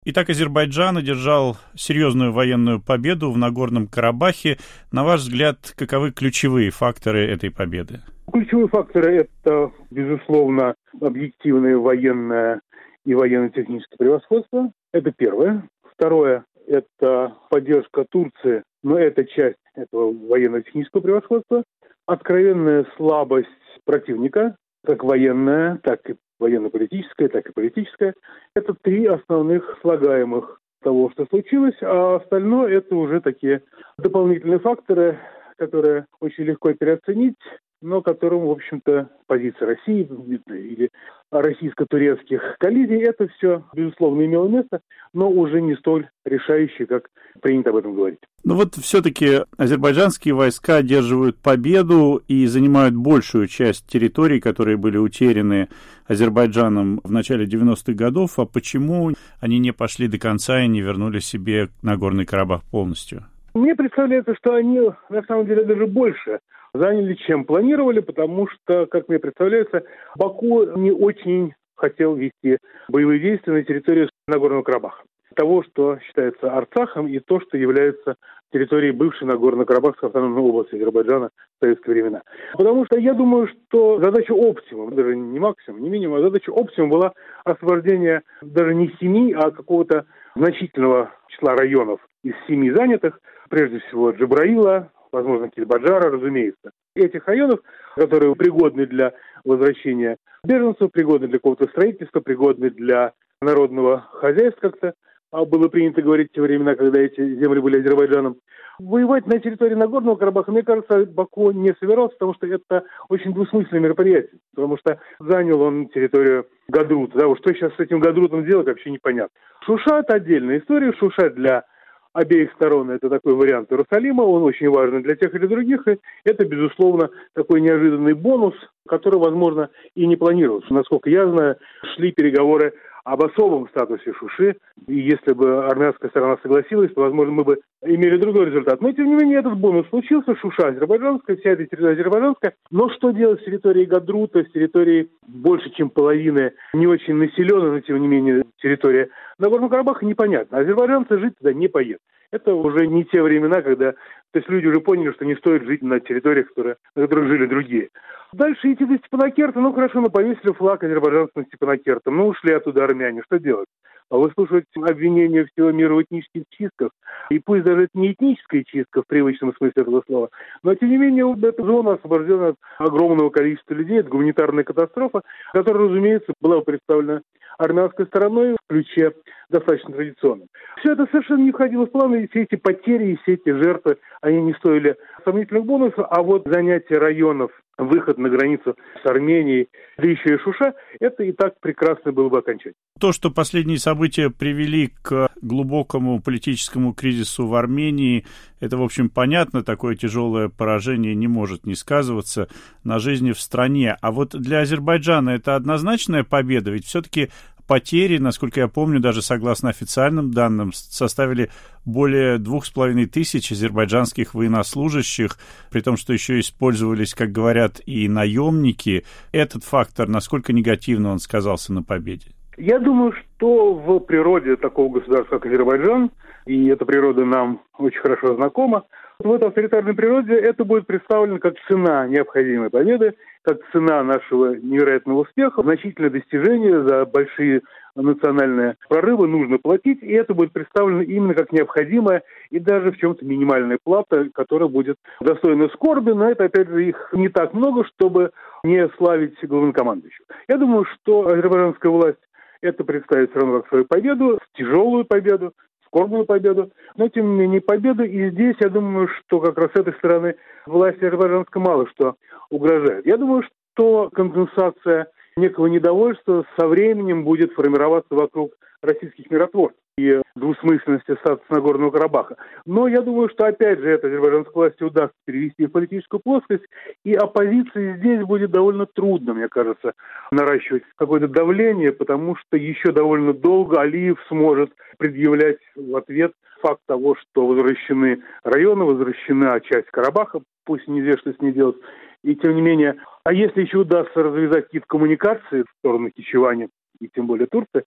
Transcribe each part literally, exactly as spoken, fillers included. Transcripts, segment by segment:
Итак, Азербайджан одержал серьезную военную победу в Нагорном Карабахе. На ваш взгляд, каковы ключевые факторы этой победы? Ключевые факторы – это, безусловно, объективное военное и военно-техническое превосходство. Это первое. Второе – это поддержка Турции, но это часть этого военно-технического превосходства. Откровенная слабость противника, как военная, так и военно-политическая, так и политическая. Это три основных слагаемых того, что случилось, а остальное это уже такие дополнительные факторы, которые очень легко переоценить, но которым, в общем-то, позиция России или российско-турецких коллизий, это все, безусловно, имело место, но уже не столь решающее, как принято об этом говорить. Ну вот все-таки азербайджанские войска одерживают победу и занимают большую часть территорий, которые были утеряны Азербайджаном в начале девяностых годов. А почему они не пошли до конца и не вернули себе Нагорный Карабах полностью? Мне представляется, что они, на самом деле, даже больше заняли, чем планировали, потому что, как мне представляется, Баку не очень хотел вести боевые действия на территории Нагорного Карабаха. Того, что считается Арцахом, и то, что является территорией бывшей Нагорно-Карабахской автономной области Азербайджана в советские времена. Потому что я думаю, что задача оптимум, даже не максимум, не минимум, а задача оптимум была освобождение даже не семи, а какого-то значительного числа районов из семи занятых, прежде всего Джабраила, возможно, Кильбаджара, разумеется. Этих районов, которые пригодны для возвращения беженцев, пригодны для какого-то строительства, пригодны для народного хозяйства как-то, было принято говорить в те времена, когда эти земли были Азербайджаном. Воевать на территории Нагорного Карабаха, мне кажется, Баку не собирался, потому что это очень двусмысленное мероприятие. Потому что занял он территорию Гадрута. Да, вот что сейчас с этим Гадрутом делать, вообще непонятно. Шуша – это отдельная история. Шуша для обеих сторон – это такой вариант Иерусалима. Он очень важен для тех или других. И это, безусловно, такой неожиданный бонус, который, возможно, и не планировался. Насколько я знаю, шли переговоры об особом статусе Шуши, и если бы армянская сторона согласилась, то, возможно, мы бы имели другой результат. Но, тем не менее, этот бонус случился. Шуша азербайджанская, вся эта территория азербайджанская. Но что делать с территорией Гадрута, с территорией больше, чем половины, не очень населенной, но, тем не менее, территория Нагорного Карабаха, непонятно. Азербайджанцы жить туда не поедут. Это уже не те времена, когда... То есть люди уже поняли, что не стоит жить на территориях, которые, на которых жили другие. Дальше идти до Степанакерта, ну хорошо, ну повесили флаг азербайджанского Степанакерта, ну ушли оттуда армяне, что делать? А выслушивать обвинения всего мира в этнических чистках, и пусть даже это не этническая чистка в привычном смысле этого слова, но тем не менее эта зона освобождена от огромного количества людей, это гуманитарная катастрофа, которая, разумеется, была представлена армянской стороной в ключе достаточно традиционным. Все это совершенно не входило в планы, и все эти потери, и все эти жертвы, они не стоили сомнительных бонусов, а вот занятие районов, выход на границу с Арменией, да еще и Шуша, это и так прекрасно было бы окончательно. То, что последние события привели к глубокому политическому кризису в Армении, это, в общем, понятно, такое тяжелое поражение не может не сказываться на жизни в стране. А вот для Азербайджана это однозначная победа, ведь все-таки потери, насколько я помню, даже согласно официальным данным, составили более двух с половиной тысяч азербайджанских военнослужащих, при том, что еще использовались, как говорят, и наемники. Этот фактор, насколько негативно он сказался на победе? Я думаю, что в природе такого государства, как Азербайджан, и эта природа нам очень хорошо знакома, в этой авторитарной природе это будет представлено как цена необходимой победы, как цена нашего невероятного успеха, значительное достижение, за большие национальные прорывы нужно платить, и это будет представлено именно как необходимая и даже в чем-то минимальная плата, которая будет достойна скорби, но это, опять же, их не так много, чтобы не славить главнокомандующего. Я думаю, что азербайджанская власть это представит все равно как свою победу, тяжелую победу, скорбную победу, но тем не менее победа. И здесь, я думаю, что как раз с этой стороны власти азербайджанской мало что угрожает. Я думаю, что компенсация некого недовольства со временем будет формироваться вокруг российских миротворцев и двусмысленности статуса Нагорного Карабаха. Но я думаю, что опять же это азербайджанской власти удастся перевести в политическую плоскость, и оппозиции здесь будет довольно трудно, мне кажется, наращивать какое-то давление, потому что еще довольно долго Алиев сможет предъявлять в ответ факт того, что возвращены районы, возвращена часть Карабаха, пусть неизвестно, что с ней делать. И тем не менее, а если еще удастся развязать какие-то коммуникации в сторону Кичевани, и тем более Турции,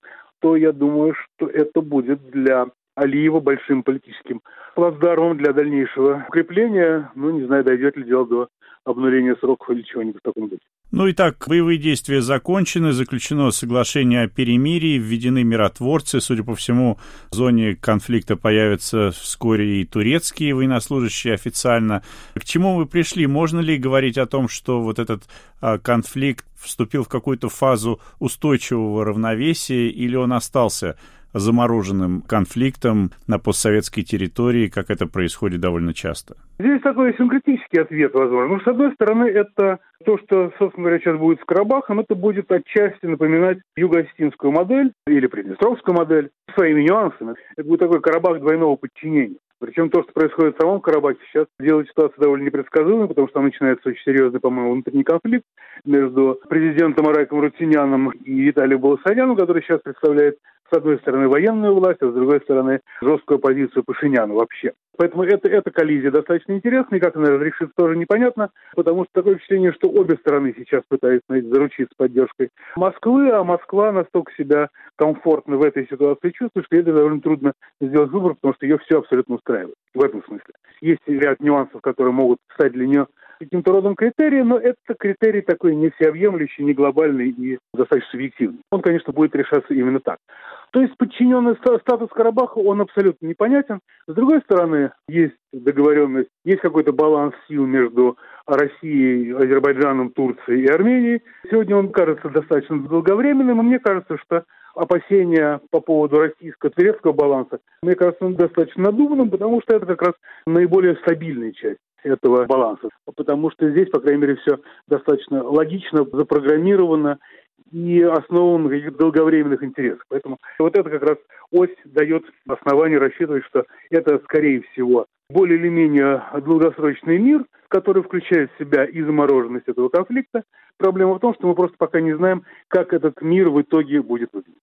то я думаю, что это будет для Алиева большим политическим плацдармом для дальнейшего укрепления. Ну, не знаю, дойдет ли дело до обнуления сроков или чего-нибудь в таком духе. Ну и так, боевые действия закончены, заключено соглашение о перемирии, введены миротворцы. Судя по всему, в зоне конфликта появятся вскоре и турецкие военнослужащие официально. К чему вы пришли? Можно ли говорить о том, что вот этот а, конфликт вступил в какую-то фазу устойчивого равновесия, или он остался замороженным конфликтом на постсоветской территории, как это происходит довольно часто? Здесь такой синкретический ответ, возможно. Ну, с одной стороны, это то, что, собственно говоря, сейчас будет с Карабахом, это будет отчасти напоминать юго-осетинскую модель или приднестровскую модель своими нюансами. Это будет такой Карабах двойного подчинения. Причем то, что происходит в самом Карабахе, сейчас делает ситуацию довольно непредсказуемой, потому что там начинается очень серьезный, по-моему, внутренний конфликт между президентом Арайком Рутиняном и Виталием Баласаняном, который сейчас представляет, с одной стороны, военную власть, а с другой стороны, жесткую оппозицию Пашиняну вообще. Поэтому это, эта коллизия достаточно интересна, и как она разрешится, тоже непонятно, потому что такое впечатление, что обе стороны сейчас пытаются, знаете, заручиться поддержкой Москвы, а Москва настолько себя комфортно в этой ситуации чувствует, что ей довольно трудно сделать выбор, потому что ее все абсолютно устраивает. В этом смысле. Есть ряд нюансов, которые могут стать для нее каким-то родом критерием, но это критерий такой не всеобъемлющий, не глобальный и достаточно субъективный. Он, конечно, будет решаться именно так. То есть подчиненный статус Карабаха, он абсолютно непонятен. С другой стороны, есть договоренность, есть какой-то баланс сил между Россией, Азербайджаном, Турцией и Арменией. Сегодня он кажется достаточно долговременным, и мне кажется, что опасения по поводу российско-турецкого баланса, мне кажется, он достаточно надуманным, потому что это как раз наиболее стабильная часть этого баланса. Потому что здесь, по крайней мере, все достаточно логично, запрограммировано и основан на каких-то долговременных интересах. Поэтому вот это как раз ось дает основание рассчитывать, что это, скорее всего, более или менее долгосрочный мир, который включает в себя и замороженность этого конфликта. Проблема в том, что мы просто пока не знаем, как этот мир в итоге будет выглядеть.